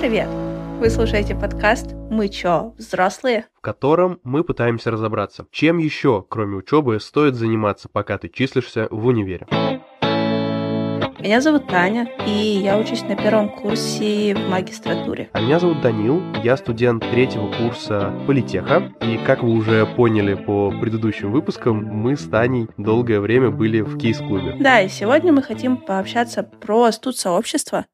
привет! Вы слушаете подкаст «Мы чё, взрослые?», в котором мы пытаемся разобраться, чем еще, кроме учебы, стоит заниматься, пока ты числишься в универе. Меня зовут Таня, и я учусь на первом курсе в магистратуре. А меня зовут Данил, я студент третьего курса политеха, и, как вы уже поняли по предыдущим выпускам, мы с Таней долгое время были в кейс-клубе. Да, и сегодня мы хотим пообщаться про студсообщества,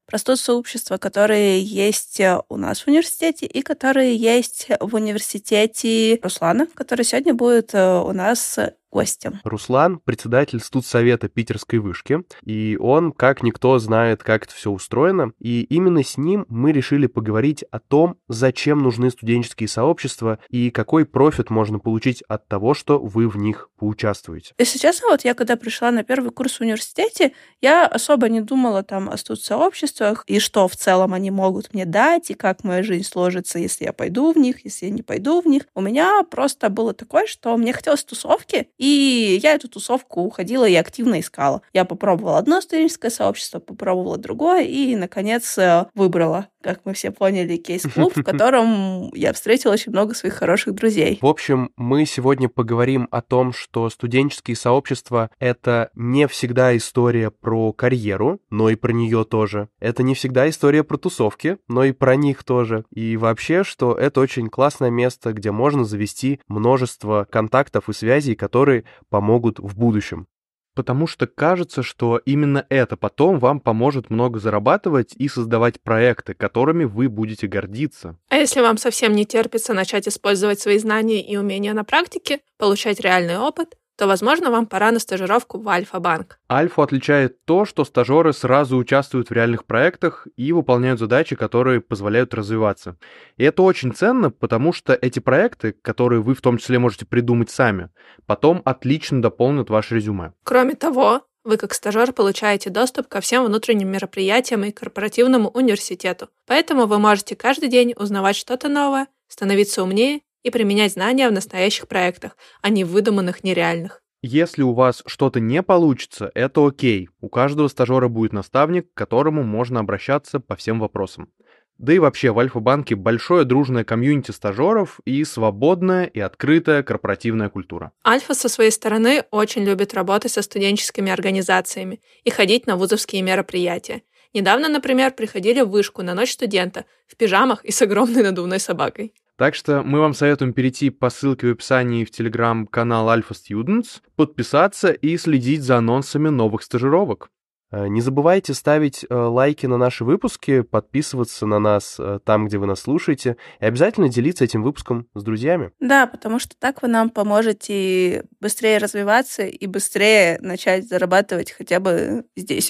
которые есть у нас в университете и которые есть в университете Руслана, который сегодня будет у нас гостем. Руслан — председатель студсовета Питерской вышки, и он, как никто, знает, как это все устроено, и именно с ним мы решили поговорить о том, зачем нужны студенческие сообщества и какой профит можно получить от того, что вы в них поучаствуете. Если честно, вот я когда пришла на первый курс в университете, я особо не думала там о студсообществах и что в целом они могут мне дать, и как моя жизнь сложится, если я пойду в них, если я не пойду в них. У меня просто было такое, что мне хотелось тусовки, и я эту тусовку уходила и активно искала. Я попробовала одно студенческое сообщество, попробовала другое и, наконец, выбрала, как мы все поняли, кейс-клуб, в котором я встретила очень много своих хороших друзей. В общем, мы сегодня поговорим о том, что студенческие сообщества — это не всегда история про карьеру, но и про нее тоже. Это не всегда история про тусовки, но и про них тоже. И вообще, что это очень классное место, где можно завести множество контактов и связей, которые помогут в будущем. Потому что кажется, что именно это потом вам поможет много зарабатывать и создавать проекты, которыми вы будете гордиться. А если вам совсем не терпится начать использовать свои знания и умения на практике, получать реальный опыт, то, возможно, вам пора на стажировку в Альфа-банк. Альфу отличает то, что стажеры сразу участвуют в реальных проектах и выполняют задачи, которые позволяют развиваться. И это очень ценно, потому что эти проекты, которые вы в том числе можете придумать сами, потом отлично дополнят ваше резюме. Кроме того, вы как стажер получаете доступ ко всем внутренним мероприятиям и корпоративному университету. Поэтому вы можете каждый день узнавать что-то новое, становиться умнее и применять знания в настоящих проектах, а не в выдуманных нереальных. Если у вас что-то не получится, это окей. У каждого стажера будет наставник, к которому можно обращаться по всем вопросам. Да и вообще в Альфа-банке большое дружное комьюнити стажеров и свободная и открытая корпоративная культура. Альфа со своей стороны очень любит работать со студенческими организациями и ходить на вузовские мероприятия. Недавно, например, приходили в вышку на ночь студента в пижамах и с огромной надувной собакой. Так что мы вам советуем перейти по ссылке в описании в телеграм-канал Alpha Students, подписаться и следить за анонсами новых стажировок. Не забывайте ставить лайки на наши выпуски, подписываться на нас там, где вы нас слушаете, и обязательно делиться этим выпуском с друзьями. Да, потому что так вы нам поможете быстрее развиваться и быстрее начать зарабатывать хотя бы здесь.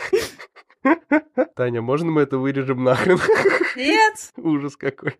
Таня, можно мы это вырежем нахрен? Нет! Ужас какой.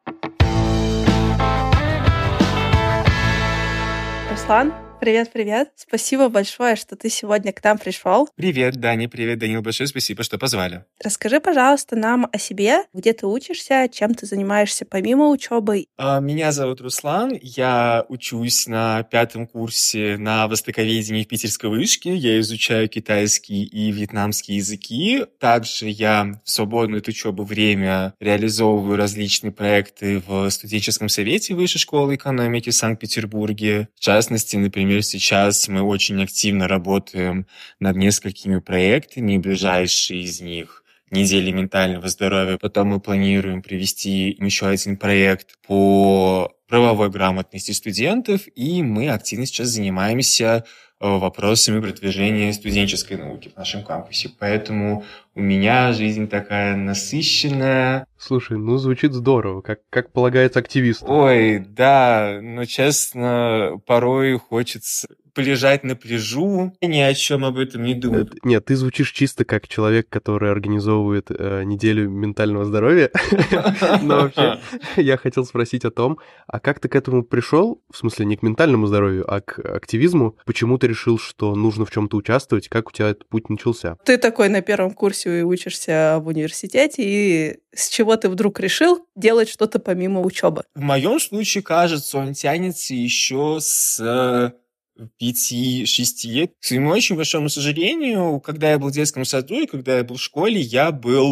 Руслан, привет-привет. Спасибо большое, что ты сегодня к нам пришел. Привет, Даня, привет, Данил. Большое спасибо, что позвали. Расскажи, пожалуйста, нам о себе, где ты учишься, чем ты занимаешься помимо учебы. Меня зовут Руслан, я учусь на 5 курсе на востоковедении в Питерской вышке. Я изучаю китайский и вьетнамский языки. Также я в свободное от учебы время реализовываю различные проекты в студенческом совете Высшей школы экономики в Санкт-Петербурге. В частности, например, сейчас мы очень активно работаем над несколькими проектами, ближайшие из них недели ментального здоровья. Потом мы планируем провести еще один проект по правовой грамотности студентов, и мы активно сейчас занимаемся вопросами продвижения студенческой науки в нашем кампусе. Поэтому у меня жизнь такая насыщенная. Слушай, звучит здорово, как полагается активисту. Ой, да, но честно, порой хочется полежать на пляжу и ни о чем об этом не думать. Нет, ты звучишь чисто как человек, который организовывает неделю ментального здоровья. Но вообще, я хотел спросить о том, а как ты к этому пришел? В смысле, не к ментальному здоровью, а к активизму. Почему ты решил, что нужно в чем-то участвовать? Как у тебя этот путь начался? Ты такой на первом курсе учишься в университете, и с чего ты вдруг решил делать что-то помимо учебы? В моем случае, кажется, он тянется еще с 5-6 лет. К своему очень большому сожалению, когда я был в детском саду и когда я был в школе, я был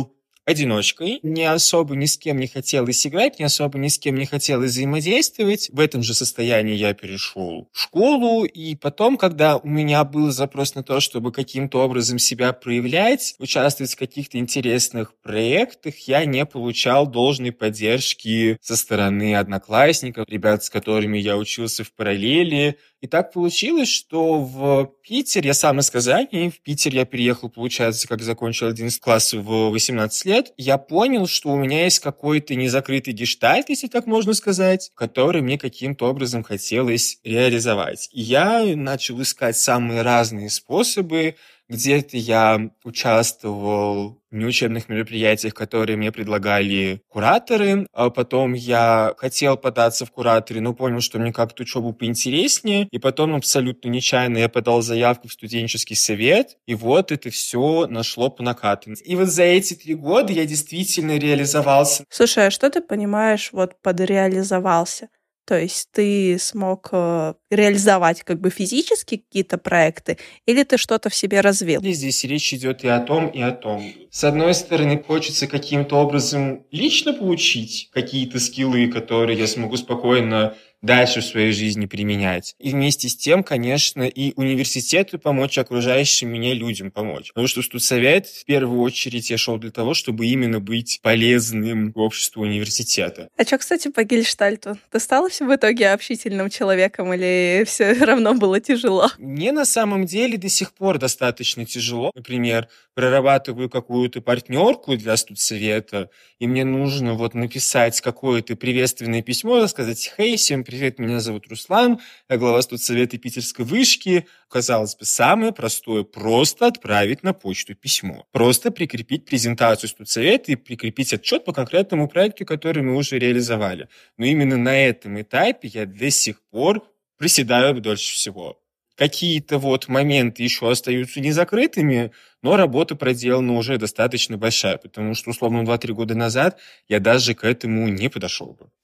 одиночкой, не особо ни с кем не хотелось играть, не особо ни с кем не хотелось взаимодействовать. В этом же состоянии я перешел в школу, и потом, когда у меня был запрос на то, чтобы каким-то образом себя проявлять, участвовать в каких-то интересных проектах, я не получал должной поддержки со стороны одноклассников, ребят, с которыми я учился в параллели. И так получилось, что в Питер, я сам из Казани, в Питер я переехал, получается, как закончил 11 класс в 18 лет, я понял, что у меня есть какой-то незакрытый гештальт, если так можно сказать, который мне каким-то образом хотелось реализовать. И я начал искать самые разные способы. Где-то я участвовал в неучебных мероприятиях, которые мне предлагали кураторы. А потом я хотел податься в кураторы, но понял, что мне как-то учебу поинтереснее. И потом абсолютно нечаянно я подал заявку в студенческий совет. И вот это все нашло по накатанной. И вот за эти 3 года я действительно реализовался. Слушай, а что ты понимаешь вот под реализовался? То есть ты смог реализовать как бы физически какие-то проекты, или ты что-то в себе развил? И здесь речь идет и о том, и о том. С одной стороны, хочется каким-то образом лично получить какие-то скиллы, которые я смогу спокойно дальше в своей жизни применять. И вместе с тем, конечно, и университету помочь, окружающим меня людям помочь. Потому что в студсовет, в первую очередь, я шел для того, чтобы именно быть полезным обществу университета. А что, кстати, по гельштальту? Ты стал в итоге общительным человеком или все равно было тяжело? Мне на самом деле до сих пор достаточно тяжело. Например, прорабатываю какую-то партнерку для студсовета, и мне нужно вот написать какое-то приветственное письмо, сказать: «Хей, всем привет, меня зовут Руслан, я глава студсовета Питерской вышки». Казалось бы, самое простое — просто отправить на почту письмо. Просто прикрепить презентацию студсовета и прикрепить отчет по конкретному проекту, который мы уже реализовали. Но именно на этом этапе я до сих пор приседаю дольше всего. Какие-то вот моменты еще остаются незакрытыми, но работа проделана уже достаточно большая, потому что, условно, 2-3 года назад я даже к этому не подошел бы.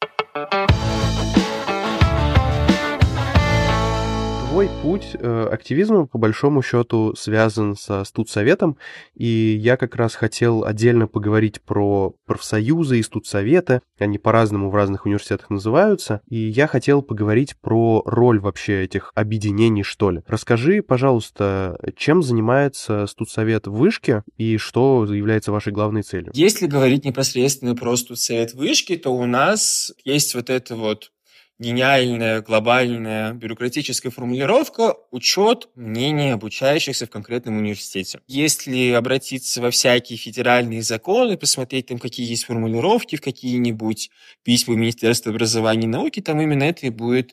Твой путь активизма, по большому счету, связан со студсоветом, и я как раз хотел отдельно поговорить про профсоюзы и студсоветы. Они по-разному в разных университетах называются, и я хотел поговорить про роль вообще этих объединений, что ли. Расскажи, пожалуйста, чем занимается студсовет в Вышке и что является вашей главной целью? Если говорить непосредственно про студсовет Вышки, то у нас есть вот это вот гениальная, глобальная бюрократическая формулировка — учет мнений обучающихся в конкретном университете. Если обратиться во всякие федеральные законы, посмотреть там, какие есть формулировки в какие-нибудь письма Министерства образования и науки, там именно это и будет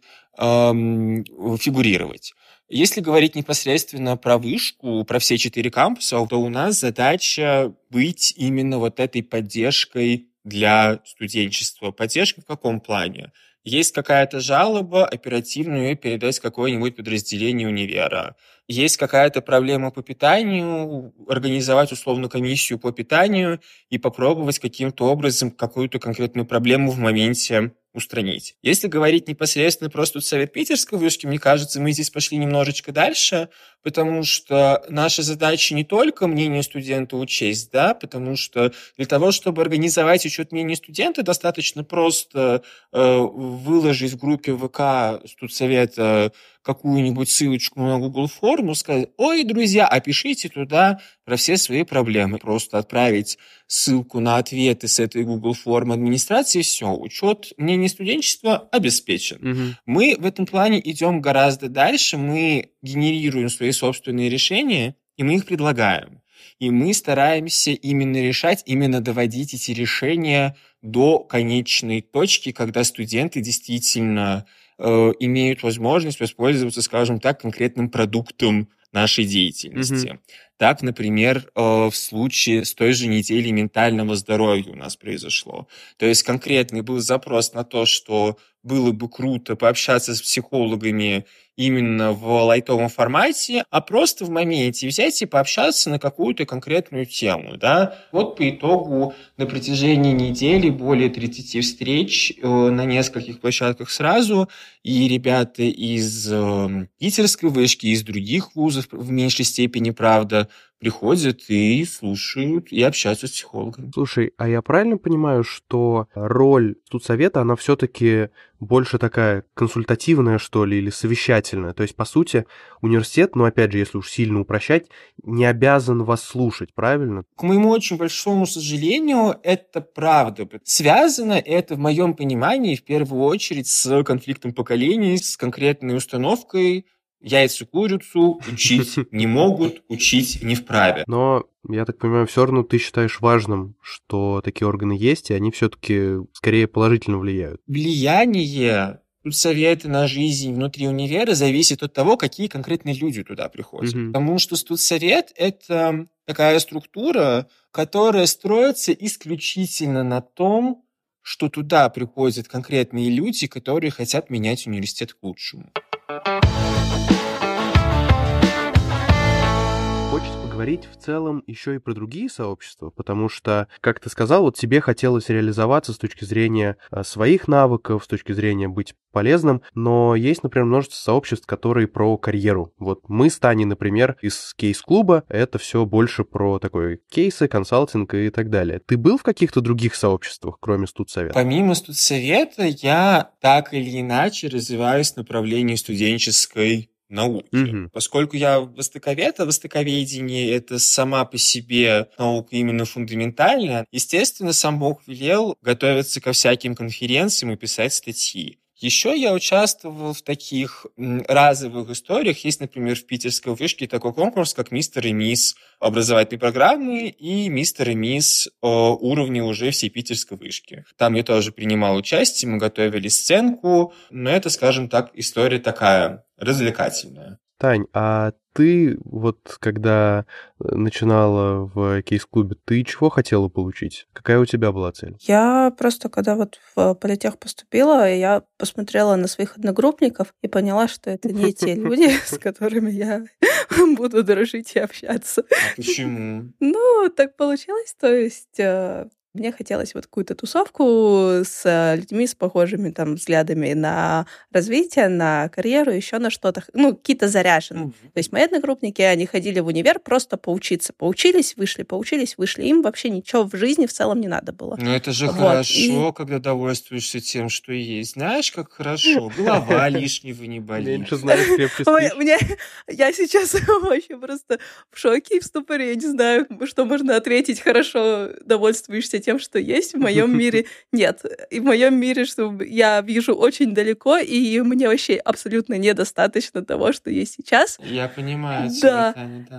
фигурировать. Если говорить непосредственно про вышку, про все 4 кампуса, то у нас задача быть именно вот этой поддержкой для студенчества. Поддержка в каком плане? Есть какая-то жалоба, оперативно ее передать в какое-нибудь подразделение универа. Есть какая-то проблема по питанию, организовать условно комиссию по питанию и попробовать каким-то образом какую-то конкретную проблему в моменте устранить. Если говорить непосредственно про студсовет Питерской вышки, мне кажется, мы здесь пошли немножечко дальше, потому что наша задача не только мнение студента учесть, да, потому что для того, чтобы организовать учет мнения студента, достаточно просто выложить в группе ВК студсовета какую-нибудь ссылочку на Google форму, сказать: «Ой, друзья, опишите туда про все свои проблемы». Просто отправить ссылку на ответы с этой Google формы администрации, все, учет мнений студенчества обеспечен. Угу. Мы в этом плане идем гораздо дальше, мы генерируем свои собственные решения, и мы их предлагаем. И мы стараемся именно решать, именно доводить эти решения до конечной точки, когда студенты действительно имеют возможность воспользоваться, скажем так, конкретным продуктом нашей деятельности. Мгм. Так, например, в случае с той же неделей ментального здоровья у нас произошло. То есть конкретный был запрос на то, что было бы круто пообщаться с психологами именно в лайтовом формате, а просто в моменте взять и пообщаться на какую-то конкретную тему. Да? Вот по итогу на протяжении недели более 30 встреч на нескольких площадках сразу, и ребята из Питерской вышки, из других вузов в меньшей степени, правда, просто приходят и слушают, и общаются с психологом. Слушай, а я правильно понимаю, что роль студсовета, она все-таки больше такая консультативная, что ли, или совещательная? То есть, по сути, университет, ну, опять же, если уж сильно упрощать, не обязан вас слушать, правильно? К моему очень большому сожалению, это правда. Связано это, в моем понимании, в первую очередь с конфликтом поколений, с конкретной установкой яйцу-курицу учить не могут, учить не вправе. Но, я так понимаю, все равно ты считаешь важным, что такие органы есть, и они все-таки скорее положительно влияют. Влияние студсовета на жизнь внутри универа зависит от того, какие конкретные люди туда приходят. Потому что студсовет – это такая структура, которая строится исключительно на том, что туда приходят конкретные люди, которые хотят менять университет к лучшему. Хочется поговорить в целом еще и про другие сообщества, потому что, как ты сказал, вот тебе хотелось реализоваться с точки зрения своих навыков, с точки зрения быть полезным, но есть, например, множество сообществ, которые про карьеру. Вот мы с Таней, например, из кейс-клуба, это все больше про такой кейсы, консалтинг и так далее. Ты был в каких-то других сообществах, кроме студсовета? Помимо студсовета, я так или иначе развиваюсь в направлении студенческой науки. Поскольку я востоковед, а востоковедение — это сама по себе наука именно фундаментальная, естественно, сам Бог велел готовиться ко всяким конференциям и писать статьи. Еще я участвовал в таких разовых историях. Есть, например, в Питерской вышке такой конкурс, как «Мистер и мисс» образовательной программы и «Мистер и мисс» уровня уже всей Питерской вышки. Там я тоже принимал участие, мы готовили сценку, но это, скажем так, история такая развлекательная. Тань, а ты вот когда начинала в кейс-клубе, ты чего хотела получить? Какая у тебя была цель? Я просто, когда вот в политех поступила, я посмотрела на своих одногруппников и поняла, что это не те люди, с которыми я буду дружить и общаться. А почему? Ну, так получилось, то есть... Мне хотелось вот какую-то тусовку с людьми с похожими там взглядами на развитие, на карьеру, еще на что-то. Ну, какие-то заряженные. То есть мои одногруппники, они ходили в универ просто поучиться. Поучились, вышли, поучились, вышли. Им вообще ничего в жизни в целом не надо было. Ну, это же хорошо, когда довольствуешься тем, что есть. Знаешь, как хорошо. Голова лишнего не болит. Меньше знаешь, крепче спишь. Я сейчас вообще просто в шоке и в ступоре. Я не знаю, что можно ответить. Хорошо, довольствуешься тем, что есть. В моем мире нет. И в моем мире, что я вижу очень далеко, и мне вообще абсолютно недостаточно того, что есть сейчас. Я понимаю. Да.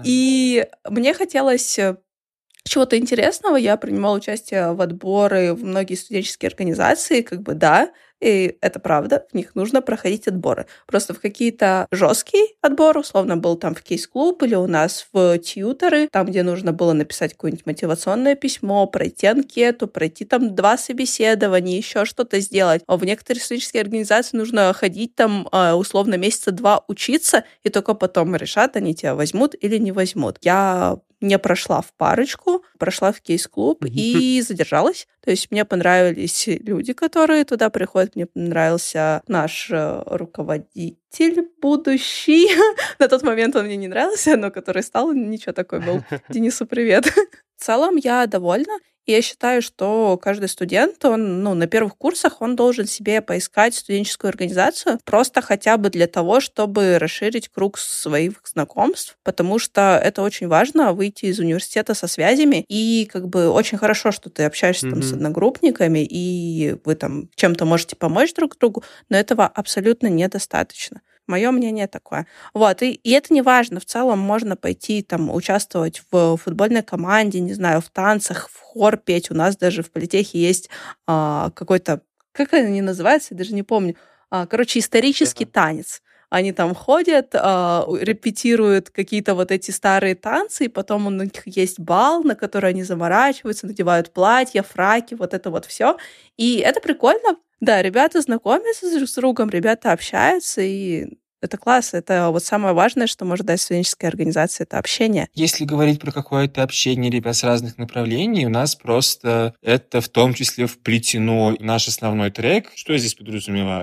И мне хотелось чего-то интересного. Я принимала участие в отборы в многие студенческие организации. Как бы да, и это правда, в них нужно проходить отборы. Просто в какие-то жесткие отборы, условно, был там в кейс-клуб или у нас в тьюторы, там, где нужно было написать какое-нибудь мотивационное письмо, пройти анкету, пройти там 2 собеседования, еще что-то сделать. А в некоторые студенческие организации нужно ходить там, условно, месяца 2 учиться, и только потом решат, они тебя возьмут или не возьмут. Я не прошла в парочку, прошла в кейс-клуб и задержалась. То есть мне понравились люди, которые туда приходят. Мне понравился наш руководитель будущий. На тот момент он мне не нравился, но который стал, ничего такой был. Денису привет. В целом я довольна. И я считаю, что каждый студент, он, на первых курсах он должен себе поискать студенческую организацию просто хотя бы для того, чтобы расширить круг своих знакомств, потому что это очень важно выйти из университета со связями. И как бы очень хорошо, что ты общаешься там с одногруппниками, и вы там чем-то можете помочь друг другу, но этого абсолютно недостаточно. Мое мнение такое. Вот. И это не важно. В целом можно пойти там участвовать в футбольной команде, не знаю, в танцах, в хор петь. У нас даже в политехе есть какой-то... Как они называются? Я даже не помню. Короче, исторический танец. Они там ходят, репетируют какие-то вот эти старые танцы, и потом у них есть бал, на который они заморачиваются, надевают платья, фраки, вот это вот все. И это прикольно. Да, ребята знакомятся друг с другом, ребята общаются, и это классно. Это вот самое важное, что может дать студенческая организация, это общение. Если говорить про какое-то общение ребят с разных направлений, у нас просто это в том числе вплетено в наш основной трек. Что я здесь подразумеваю?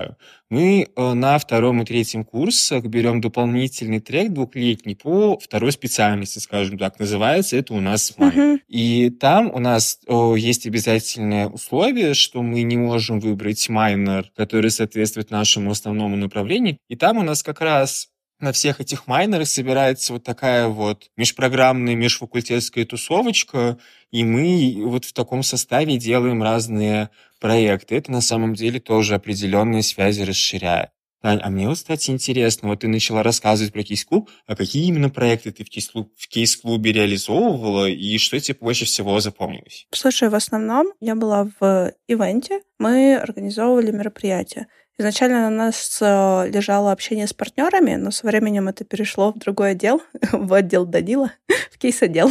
мы на 2-м и 3-м курсах берем дополнительный трек двухлетний по 2-й специальности, скажем так, называется это у нас майнер. И там у нас есть обязательное условие, что мы не можем выбрать майнер, который соответствует нашему основному направлению. И там у нас как раз на всех этих майнерах собирается вот такая вот межпрограммная, межфакультетская тусовочка, и мы вот в таком составе делаем разные проекты. Это на самом деле тоже определенные связи расширяет. Тань, а мне вот, кстати, интересно, вот ты начала рассказывать про кейс-клуб, а какие именно проекты ты в кейс-клубе реализовывала, и что тебе больше всего запомнилось? Слушай, в основном я была в ивенте, мы организовывали мероприятия. Изначально на нас лежало общение с партнерами, но со временем это перешло в другой отдел, в отдел Данила, в кейс-отдел.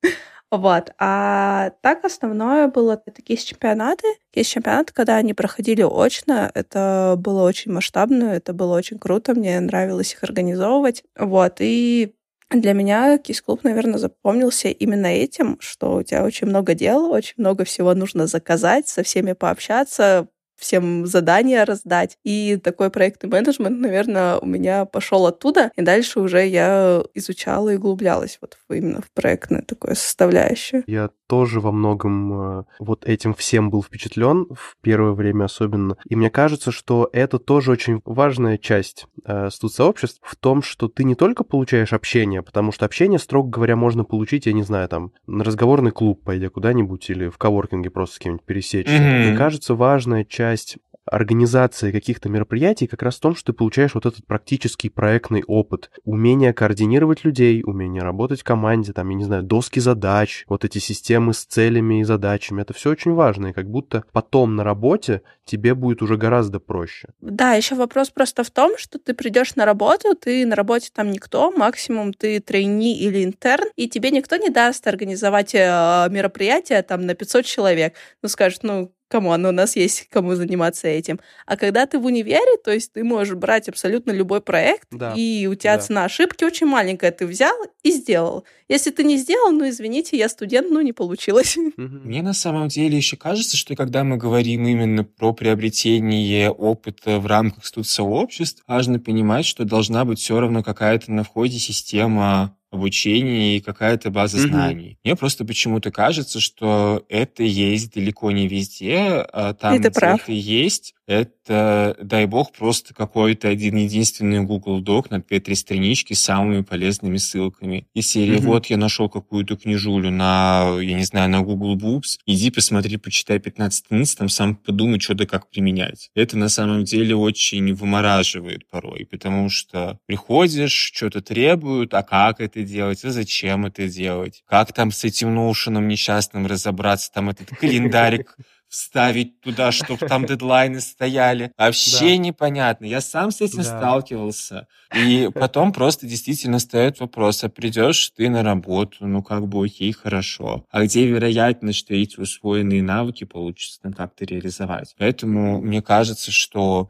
Вот. А так основное было это кейс-чемпионаты. Кейс-чемпионаты, когда они проходили очно, это было очень масштабно, это было очень круто, мне нравилось их организовывать. Вот. И для меня кейс-клуб, наверное, запомнился именно этим, что у тебя очень много дел, очень много всего нужно заказать, со всеми пообщаться, всем задания раздать. И такой проектный менеджмент, наверное, у меня пошел оттуда. И дальше уже я изучала и углублялась вот именно в проектную такую составляющую. Я тоже во многом вот этим всем был впечатлен, в первое время особенно. И мне кажется, что это тоже очень важная часть студсообществ в том, что ты не только получаешь общение, потому что общение, строго говоря, можно получить, я не знаю, там, на разговорный клуб, пойдя куда-нибудь, или в коворкинге просто с кем-нибудь пересечься. Мне кажется, важная часть организации каких-то мероприятий как раз в том, что ты получаешь вот этот практический проектный опыт, умение координировать людей, умение работать в команде, там, я не знаю, доски задач, вот эти системы с целями и задачами, это все очень важно, и как будто потом на работе тебе будет уже гораздо проще. Да, еще вопрос просто в том, что ты придешь на работу, ты на работе там никто, максимум ты трейни или интерн, и тебе никто не даст организовать мероприятие там на 500 человек. Ну, скажет, камон, у нас есть кому заниматься этим. А когда ты в универе, то есть ты можешь брать абсолютно любой проект, и у тебя цена ошибки очень маленькая. Ты взял и сделал. Если ты не сделал, извините, я студент, не получилось. Мне на самом деле еще кажется, что когда мы говорим именно про приобретение опыта в рамках студсообществ, важно понимать, что должна быть все равно какая-то на входе система обучения и какая-то база знаний. Мне просто почему-то кажется, что это есть далеко не везде, а там, где это есть, это, дай бог, просто какой-то один единственный Google Doc на 2-3 странички с самыми полезными ссылками. Из серии вот я нашел какую-то книжулю на, я не знаю, на Google Books, иди посмотри, почитай 15 страниц, там сам подумай, что да как применять. Это на самом деле очень вымораживает порой, потому что приходишь, что-то требуют, а как это делать, а зачем это делать, как там с этим ноушеном несчастным разобраться, там этот календарик вставить туда, чтобы там дедлайны стояли. Вообще непонятно. Я сам с этим сталкивался. И потом просто действительно встает вопрос, а придешь ты на работу, окей, хорошо. А где вероятность, что эти усвоенные навыки получится там как-то реализовать? Поэтому мне кажется, что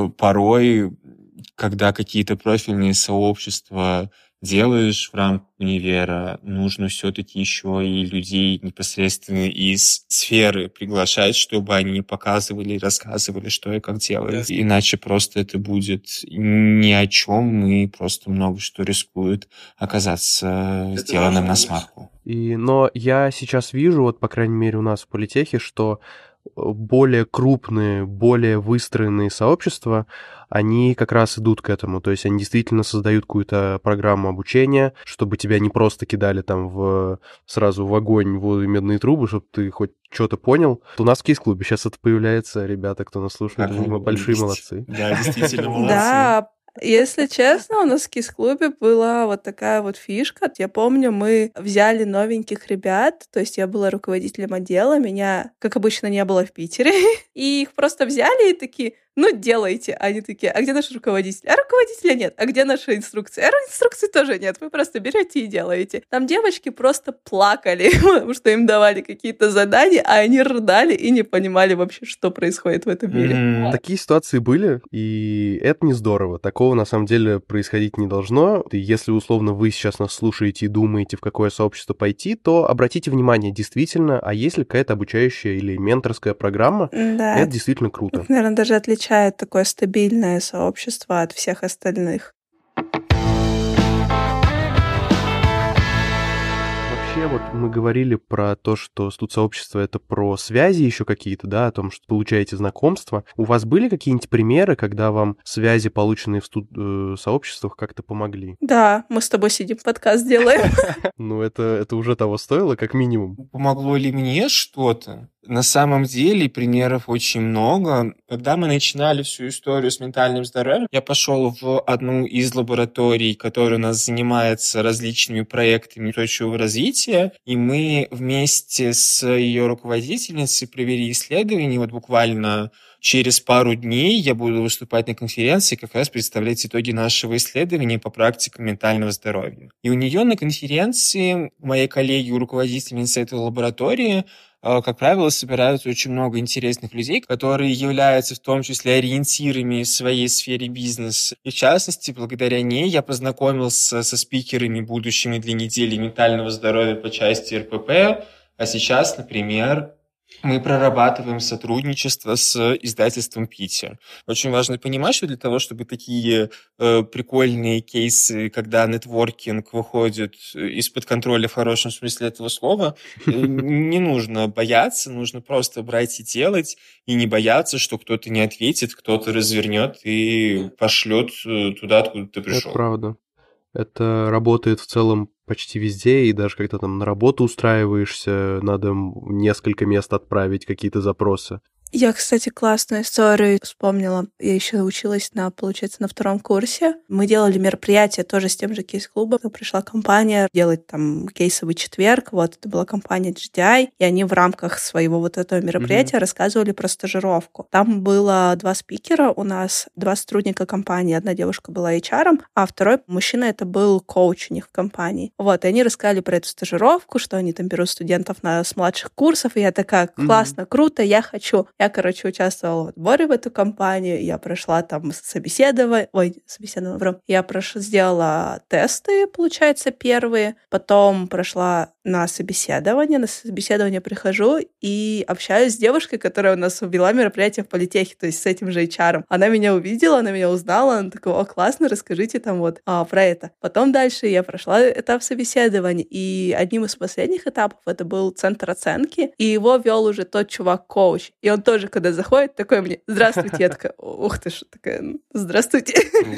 порой, когда какие-то профильные сообщества делаешь в рамках универа, нужно все-таки еще и людей непосредственно из сферы приглашать, чтобы они показывали и рассказывали, что и как делают. Иначе просто это будет ни о чем, и просто много что рискует оказаться сделанным на смарку. Но я сейчас вижу, вот по крайней мере у нас в политехе, что более крупные, более выстроенные сообщества, они как раз идут к этому. То есть они действительно создают какую-то программу обучения, чтобы тебя не просто кидали там сразу в огонь воду и медные трубы, чтобы ты хоть что-то понял. У нас в кейс-клубе сейчас это появляется. Ребята, кто нас слушает, большие молодцы. Да, действительно молодцы. Да, если честно, у нас в кейс-клубе была вот такая вот фишка. Я помню, мы взяли новеньких ребят, то есть я была руководителем отдела, меня, как обычно, не было в Питере, и их просто взяли и такие: делайте. Они такие: а где наш руководитель? А руководителя нет. А где наши инструкции? А инструкций тоже нет. Вы просто берете и делаете. Там девочки просто плакали, потому что им давали какие-то задания, а они рыдали и не понимали вообще, что происходит в этом мире. Такие ситуации были, и это не здорово. Такого на самом деле происходить не должно. И если условно вы сейчас нас слушаете и думаете, в какое сообщество пойти, то обратите внимание, действительно, а есть ли какая-то обучающая или менторская программа, это действительно круто. Наверное, даже отличается отличает такое стабильное сообщество от всех остальных? Вообще, вот мы говорили про то, что студсообщество — это про связи еще какие-то, да, о том, что получаете знакомства. У вас были какие-нибудь примеры, когда вам связи, полученные в сообществах, как-то помогли? Да, мы с тобой сидим, подкаст делаем. Ну, это уже того стоило, как минимум. Помогло ли мне что-то? На самом деле примеров очень много. Когда мы начинали всю историю с ментальным здоровьем, я пошел в одну из лабораторий, которая у нас занимается различными проектами устойчивого развития, и мы вместе с ее руководительницей провели исследование. Вот буквально через пару дней я буду выступать на конференции, как раз представлять итоги нашего исследования по практикам ментального здоровья. И у нее на конференции, у моей коллеги, у руководительницы этой лаборатории, как правило, собираются очень много интересных людей, которые являются в том числе ориентирами в своей сфере бизнеса. И в частности, благодаря ней я познакомился со спикерами будущими для недели ментального здоровья по части РПП. А сейчас, например, мы прорабатываем сотрудничество с издательством «Питер». Очень важно понимать, что для того, чтобы такие прикольные кейсы, когда нетворкинг выходит из-под контроля в хорошем смысле этого слова, не нужно бояться, нужно просто брать и делать, и не бояться, что кто-то не ответит, кто-то развернет и пошлет туда, откуда ты пришел. Это правда. Это работает в целом почти везде, и даже когда там на работу устраиваешься, надо несколько мест отправить, какие-то запросы. Я, кстати, классную историю вспомнила. Я еще училась получается, на 2 курсе. Мы делали мероприятие тоже с тем же кейс-клубом. Пришла компания делать там кейсовый четверг. Вот это была компания GDI, и они в рамках своего вот этого мероприятия рассказывали про стажировку. Там было 2 спикера у нас, 2 сотрудника компании. Одна девушка была HR, а второй мужчина это был коуч у них в компании. Вот, и они рассказали про эту стажировку, что они там берут студентов с младших курсов, и я такая, классно, круто, я хочу. Я, участвовала в отборе в эту компанию, я прошла там собеседование, я сделала тесты, получается, первые, потом прошла на собеседование прихожу и общаюсь с девушкой, которая у нас вела мероприятие в политехе, то есть с этим же HR. Она меня увидела, она меня узнала, она такая, о, классно, расскажите там вот про это. Потом дальше я прошла этап собеседования, и одним из последних этапов это был центр оценки, и его вел уже тот чувак-коуч, и он тоже, когда заходит, такой мне, здравствуйте, я такая, ух ты ж, такая, здравствуйте.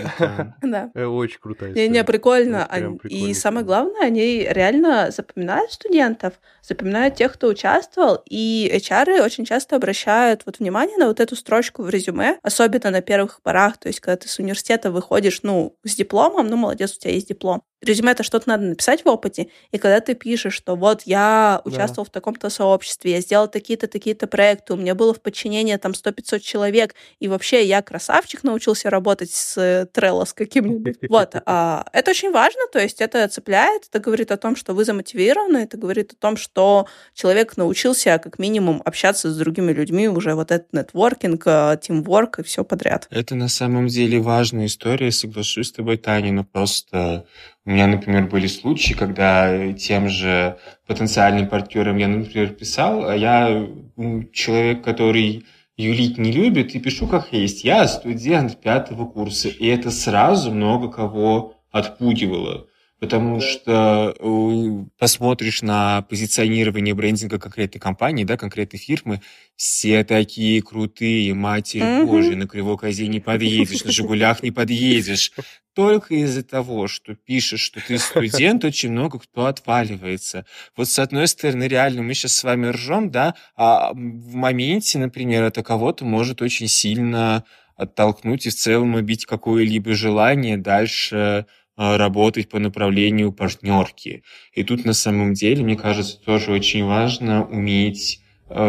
Да. Очень крутая история. Не, прикольно. И самое главное, они реально запоминают студентов, запоминают тех, кто участвовал, и HR очень часто обращают вот внимание на вот эту строчку в резюме, особенно на первых порах, то есть когда ты с университета выходишь, с дипломом, молодец, у тебя есть диплом. Резюме — это что-то надо написать в опыте, и когда ты пишешь, что вот я участвовал в таком-то сообществе, я сделал такие-то, такие-то проекты, у меня было в подчинении там 100-500 человек, и вообще я красавчик, научился работать с Trello с каким-нибудь. Вот. Это очень важно, то есть это цепляет, это говорит о том, что вы замотивированы, это говорит о том, что человек научился как минимум общаться с другими людьми, уже вот этот нетворкинг, тимворк и все подряд. Это на самом деле важная история, соглашусь с тобой, Таня, но просто... У меня, например, были случаи, когда тем же потенциальным партнерам я, например, писал, а я человек, который юлить не любит, и пишу как есть. Я студент 5 курса, и это сразу много кого отпугивало. Потому что посмотришь на позиционирование брендинга конкретной компании, да, конкретной фирмы, все такие крутые, Матерь Божья, на кривой козе не подъедешь, на Жигулях не подъедешь. Только из-за того, что пишешь, что ты студент, очень много кто отваливается. Вот с одной стороны, реально, мы сейчас с вами ржем, да, а в моменте, например, это кого-то может очень сильно оттолкнуть и в целом убить какое-либо желание дальше работать по направлению партнерки. И тут на самом деле, мне кажется, тоже очень важно уметь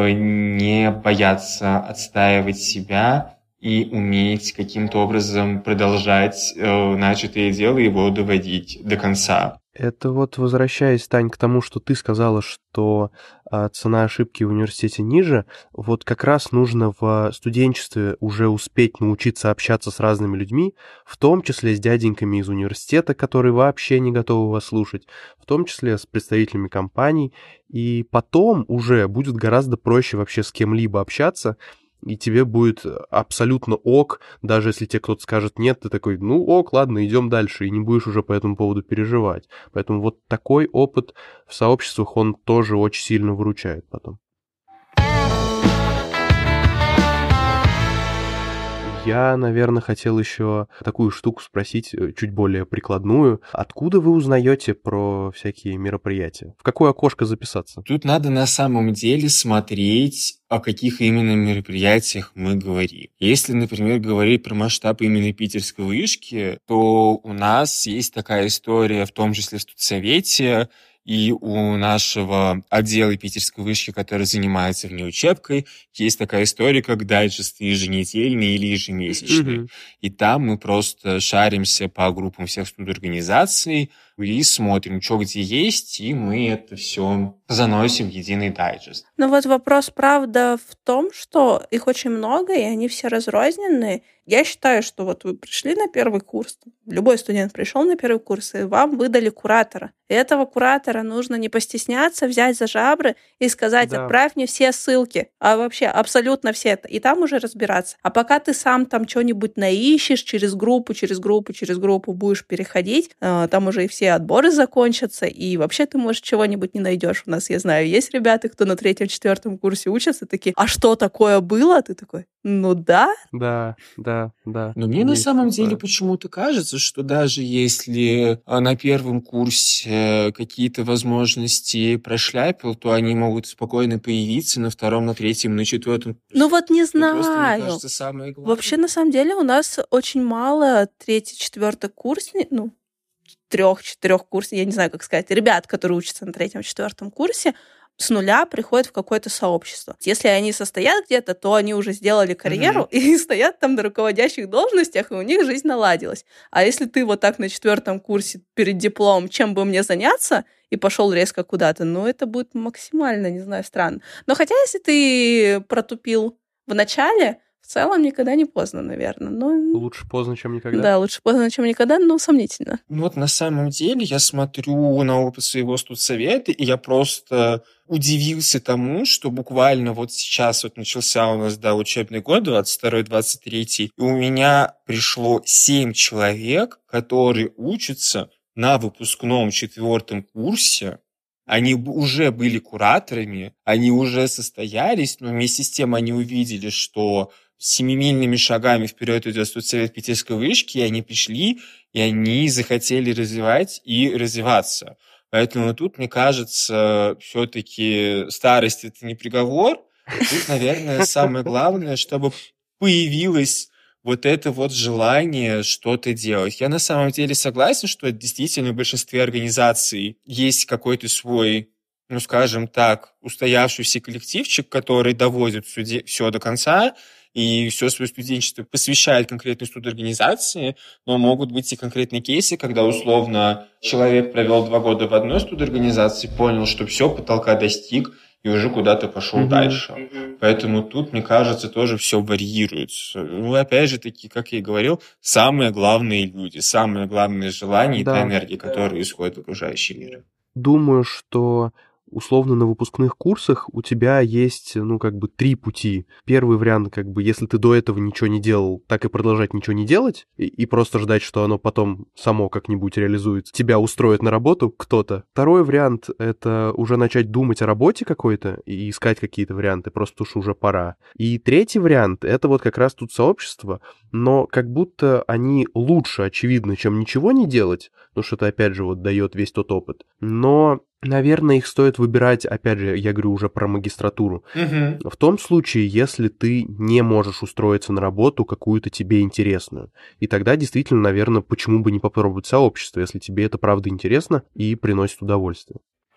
не бояться отстаивать себя и уметь каким-то образом продолжать начатое дело и его доводить до конца. Это вот возвращаясь, Тань, к тому, что ты сказала, что цена ошибки в университете ниже, вот как раз нужно в студенчестве уже успеть научиться общаться с разными людьми, в том числе с дяденьками из университета, которые вообще не готовы вас слушать, в том числе с представителями компаний, и потом уже будет гораздо проще вообще с кем-либо общаться, и тебе будет абсолютно ок, даже если тебе кто-то скажет нет, ты такой, ну ок, ладно, идем дальше, и не будешь уже по этому поводу переживать. Поэтому вот такой опыт в сообществах, он тоже очень сильно выручает потом. Я, наверное, хотел еще такую штуку спросить, чуть более прикладную. Откуда вы узнаете про всякие мероприятия? В какое окошко записаться? Тут надо на самом деле смотреть, о каких именно мероприятиях мы говорим. Если, например, говорить про масштаб именно питерской вышки, то у нас есть такая история, в том числе в студсовете, и у нашего отдела питерской вышки, который занимается внеучебкой, есть такая история, как дайджесты еженедельные или ежемесячные. И там мы просто шаримся по группам всех студорганизаций и смотрим, что где есть, и мы это все заносим в единый дайджест. Но вот вопрос, правда, в том, что их очень много, и они все разрозненные. Я считаю, что вот вы пришли на первый курс, любой студент пришел на первый курс, и вам выдали куратора. И этого куратора нужно не постесняться, взять за жабры и сказать, Да. Отправь мне все ссылки, а вообще абсолютно все это, и там уже разбираться. А пока ты сам там что-нибудь наищешь, через группу будешь переходить, там уже и все отборы закончатся, и вообще ты, может, чего-нибудь не найдешь. У нас, я знаю, есть ребята, кто на 3-4 курсе учатся, такие, а что такое было? Ты такой, ну да. Да. Но мне на самом деле почему-то кажется, что даже если на первом курсе какие-то возможности прошляпил, то они могут спокойно появиться на втором, на третьем, на четвертом. Ну вот не Это просто, мне знаю. кажется, самое главное. Вообще, на самом деле, у нас очень мало 3-4 курсников, 3-4 курсов, я не знаю, как сказать, ребят, которые учатся на 3-4 курсе, с нуля приходят в какое-то сообщество. Если они состоят где-то, то они уже сделали карьеру и стоят там на руководящих должностях, и у них жизнь наладилась. А если ты вот так на 4 курсе перед дипломом, чем бы мне заняться, и пошел резко куда-то, это будет максимально, не знаю, странно. Но хотя, если ты протупил в начале, в целом никогда не поздно, наверное. Лучше поздно, чем никогда. Да, лучше поздно, чем никогда, но сомнительно. Вот на самом деле я смотрю на опыт своего студсовета, и я просто удивился тому, что буквально вот сейчас вот начался у нас, учебный год, 22-23, и у меня пришло 7 человек, которые учатся на выпускном 4 курсе. Они уже были кураторами, они уже состоялись, но вместе с тем они увидели, что семимильными шагами вперед идет студсовет питерской вышки, и они пришли, и они захотели развивать и развиваться. Поэтому тут, мне кажется, все-таки старость – это не приговор. Тут, наверное, самое главное, чтобы появилось вот это вот желание что-то делать. Я на самом деле согласен, что действительно в большинстве организаций есть какой-то свой, скажем так, устоявшийся коллективчик, который доводит все до конца, и все свое студенчество посвящает конкретной студорганизации, но могут быть и конкретные кейсы, когда условно человек провел 2 года в одной студорганизации, понял, что все, потолка достиг, и уже куда-то пошел дальше. Поэтому тут, мне кажется, тоже все варьируется. Опять же таки, как я и говорил, самые главные люди, самое главное желание и та энергия, которая исходит в окружающий мир. Думаю, что условно на выпускных курсах у тебя есть, 3 пути. Первый вариант, если ты до этого ничего не делал, так и продолжать ничего не делать, и просто ждать, что оно потом само как-нибудь реализуется. Тебя устроит на работу кто-то. Второй вариант — это уже начать думать о работе какой-то и искать какие-то варианты, просто потому что уже пора. И третий вариант — это вот как раз тут сообщество, но как будто они лучше, очевидно, чем ничего не делать, потому что это, опять же, вот дает весь тот опыт. Но наверное, их стоит выбирать, опять же, я говорю уже про магистратуру. В том случае, если ты не можешь устроиться на работу какую-то тебе интересную. И тогда действительно, наверное, почему бы не попробовать сообщество, если тебе это правда интересно и приносит удовольствие.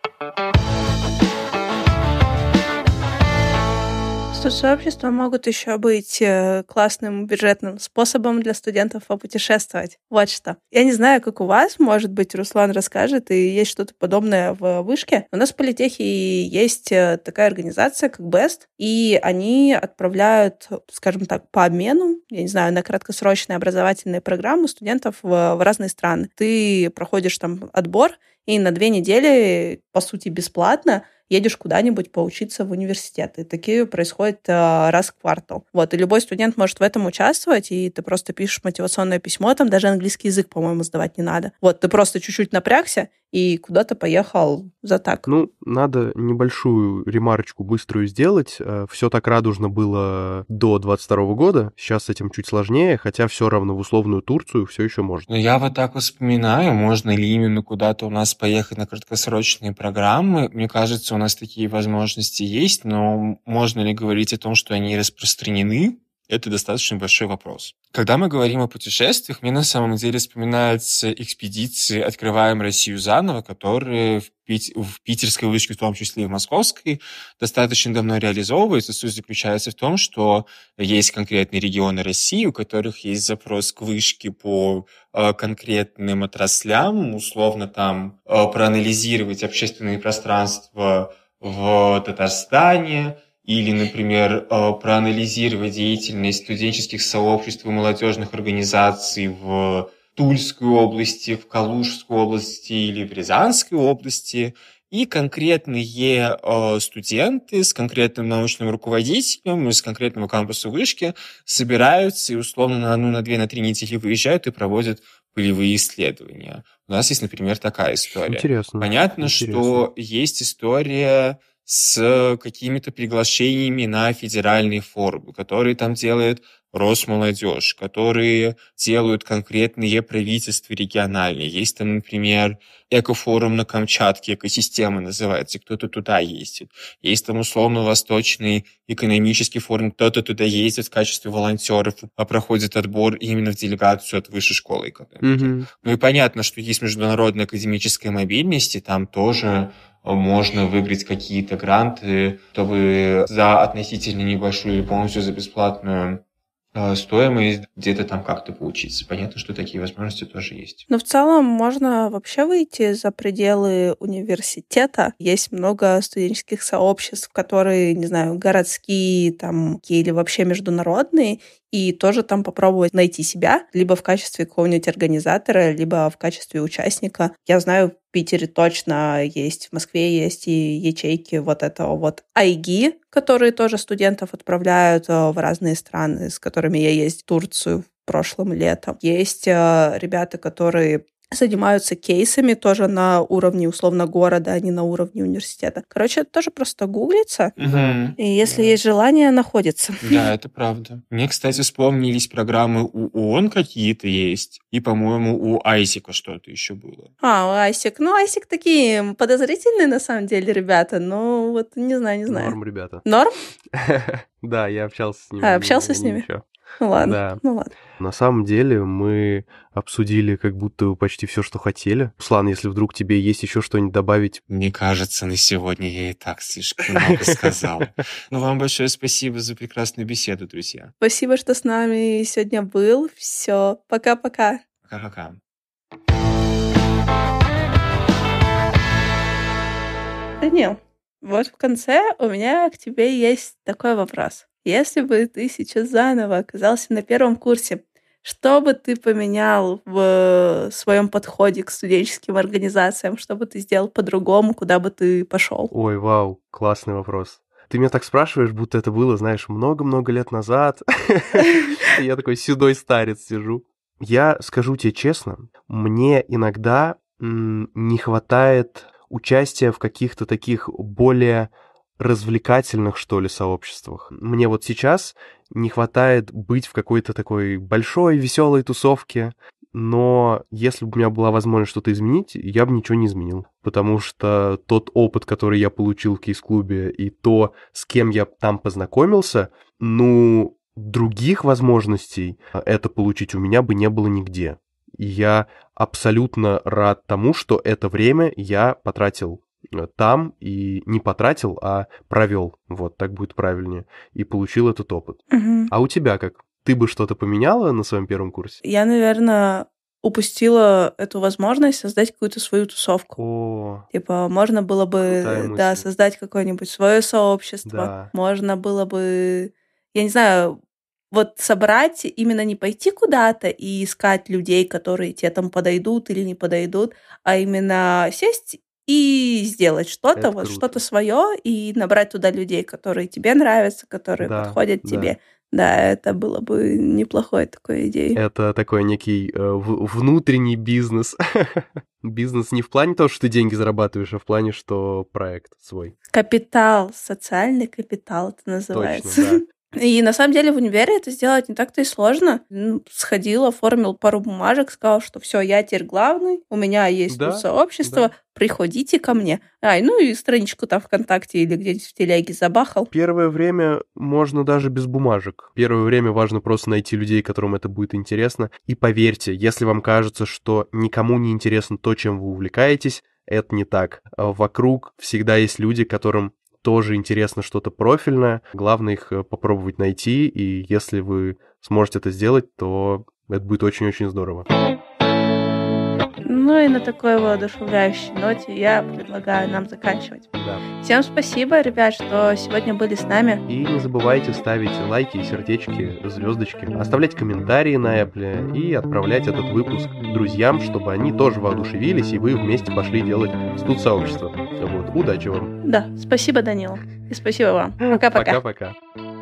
Сообщества могут еще быть классным бюджетным способом для студентов попутешествовать. Вот что. Я не знаю, как у вас, может быть, Руслан расскажет, и есть что-то подобное в вышке. У нас в политехе есть такая организация, как BEST, и они отправляют, скажем так, по обмену, я не знаю, на краткосрочные образовательные программы студентов в разные страны. Ты проходишь там отбор, и на 2 недели, по сути, бесплатно едешь куда-нибудь поучиться в университет. И такие происходят раз в квартал. Вот. И любой студент может в этом участвовать, и ты просто пишешь мотивационное письмо, там даже английский язык, по-моему, сдавать не надо. Вот, ты просто чуть-чуть напрягся и куда-то поехал за так. Ну, надо небольшую ремарочку быструю сделать. Все так радужно было до 22 года. Сейчас с этим чуть сложнее, хотя все равно в условную Турцию все еще можно. Но я вот так вспоминаю, можно ли именно куда-то у нас поехать на краткосрочные программы. Мне кажется, у нас такие возможности есть, но можно ли говорить о том, что они распространены? Это достаточно большой вопрос. Когда мы говорим о путешествиях, мне на самом деле вспоминаются экспедиции «Открываем Россию заново», которые в питерской вышке, в том числе и в московской, достаточно давно реализовываются. Суть заключается в том, что есть конкретные регионы России, у которых есть запрос к вышке по конкретным отраслям, условно там проанализировать общественные пространства в Татарстане, или, например, проанализировать деятельность студенческих сообществ и молодежных организаций в Тульской области, в Калужской области или в Рязанской области. И конкретные студенты с конкретным научным руководителем из конкретного кампуса вышки собираются и условно на 2-3 недели выезжают и проводят полевые исследования. У нас есть, например, такая история. Интересно. Понятно, что есть история с какими-то приглашениями на федеральные форумы, которые там делает Росмолодежь, которые делают конкретные правительства региональные. Есть там, например, экофорум на Камчатке, экосистема называется, кто-то туда ездит. Есть там условно-восточный экономический форум, кто-то туда ездит в качестве волонтеров, а проходит отбор именно в делегацию от высшей школы экономики. Ну и понятно, что есть международная академическая мобильность, и там тоже можно выиграть какие-то гранты, чтобы за относительно небольшую или полностью за бесплатную стоимость где-то там как-то поучиться. Понятно, что такие возможности тоже есть. Но в целом можно вообще выйти за пределы университета. Есть много студенческих сообществ, которые, не знаю, городские там, или вообще международные, и тоже там попробовать найти себя, либо в качестве какого-нибудь организатора, либо в качестве участника. Я знаю, в Питере точно есть, в Москве есть и ячейки вот этого вот АИГИ, которые тоже студентов отправляют в разные страны, с которыми я ездила в Турцию прошлым летом. Есть ребята, которые занимаются кейсами тоже на уровне, условно, города, а не на уровне университета. Короче, это тоже просто гуглится, и если есть желание, находится. Да, это правда. Мне, кстати, вспомнились программы у ООН какие-то есть, и, по-моему, у Айсика что-то еще было. У Айсик. Ну, Айсик такие подозрительные, на самом деле, ребята, но вот не знаю. Норм, ребята. Норм? Да, я общался с ними. Общался с ними? Ну ладно. На самом деле мы обсудили как будто почти все, что хотели. Руслан, если вдруг тебе есть еще что-нибудь добавить? Мне кажется, на сегодня я и так слишком много сказал. Ну, вам большое спасибо за прекрасную беседу, друзья. Спасибо, что с нами сегодня был. Все, пока-пока. Пока-пока. Данил, вот в конце у меня к тебе есть такой вопрос. Если бы ты сейчас заново оказался на первом курсе, что бы ты поменял в своем подходе к студенческим организациям? Что бы ты сделал по-другому? Куда бы ты пошел? Ой, вау, классный вопрос. Ты меня так спрашиваешь, будто это было, знаешь, много-много лет назад. Я такой седой старец сижу. Я скажу тебе честно, мне иногда не хватает участия в каких-то таких более развлекательных, что ли, сообществах. Мне вот сейчас не хватает быть в какой-то такой большой, веселой тусовке, но если бы у меня была возможность что-то изменить, я бы ничего не изменил. Потому что тот опыт, который я получил в кейс-клубе, и то, с кем я там познакомился, ну, других возможностей это получить у меня бы не было нигде. И я абсолютно рад тому, что это время я потратил там и не потратил, а провел. Вот, так будет правильнее. И получил этот опыт. Угу. А у тебя как? Ты бы что-то поменяла на своем первом курсе? Я, наверное, упустила эту возможность создать какую-то свою тусовку. О, типа, можно было бы, да, создать какое-нибудь свое сообщество. Да. Можно было бы, я не знаю, вот собрать, именно не пойти куда-то и искать людей, которые тебе там подойдут или не подойдут, а именно сесть и сделать что-то, Это вот круто. что-то свое, и набрать туда людей, которые тебе нравятся, которые Да, подходят да. тебе. Да, это было бы неплохой такой идеей. Это такой некий внутренний бизнес. Бизнес не в плане того, что ты деньги зарабатываешь, а в плане, что проект свой. Капитал, социальный капитал это называется. Точно, да. И на самом деле в универе это сделать не так-то и сложно. Сходил, оформил пару бумажек, сказал, что все, я теперь главный, у меня есть Да, тут сообщество, да. приходите ко мне. Ну и страничку там ВКонтакте или где-нибудь в телеге забахал. Первое время можно даже без бумажек. Первое время важно просто найти людей, которым это будет интересно. И поверьте, если вам кажется, что никому не интересно то, чем вы увлекаетесь, это не так. Вокруг всегда есть люди, которым тоже интересно что-то профильное. Главное их попробовать найти, и если вы сможете это сделать, то это будет очень-очень здорово. Ну и на такой воодушевляющей ноте я предлагаю нам заканчивать. Да. Всем спасибо, ребят, что сегодня были с нами. И не забывайте ставить лайки, сердечки, звездочки, оставлять комментарии на Apple и отправлять этот выпуск друзьям, чтобы они тоже воодушевились, и вы вместе пошли делать студ-сообщество. Вот, удачи вам. Да, спасибо, Данила. И спасибо вам. Пока-пока. Пока-пока.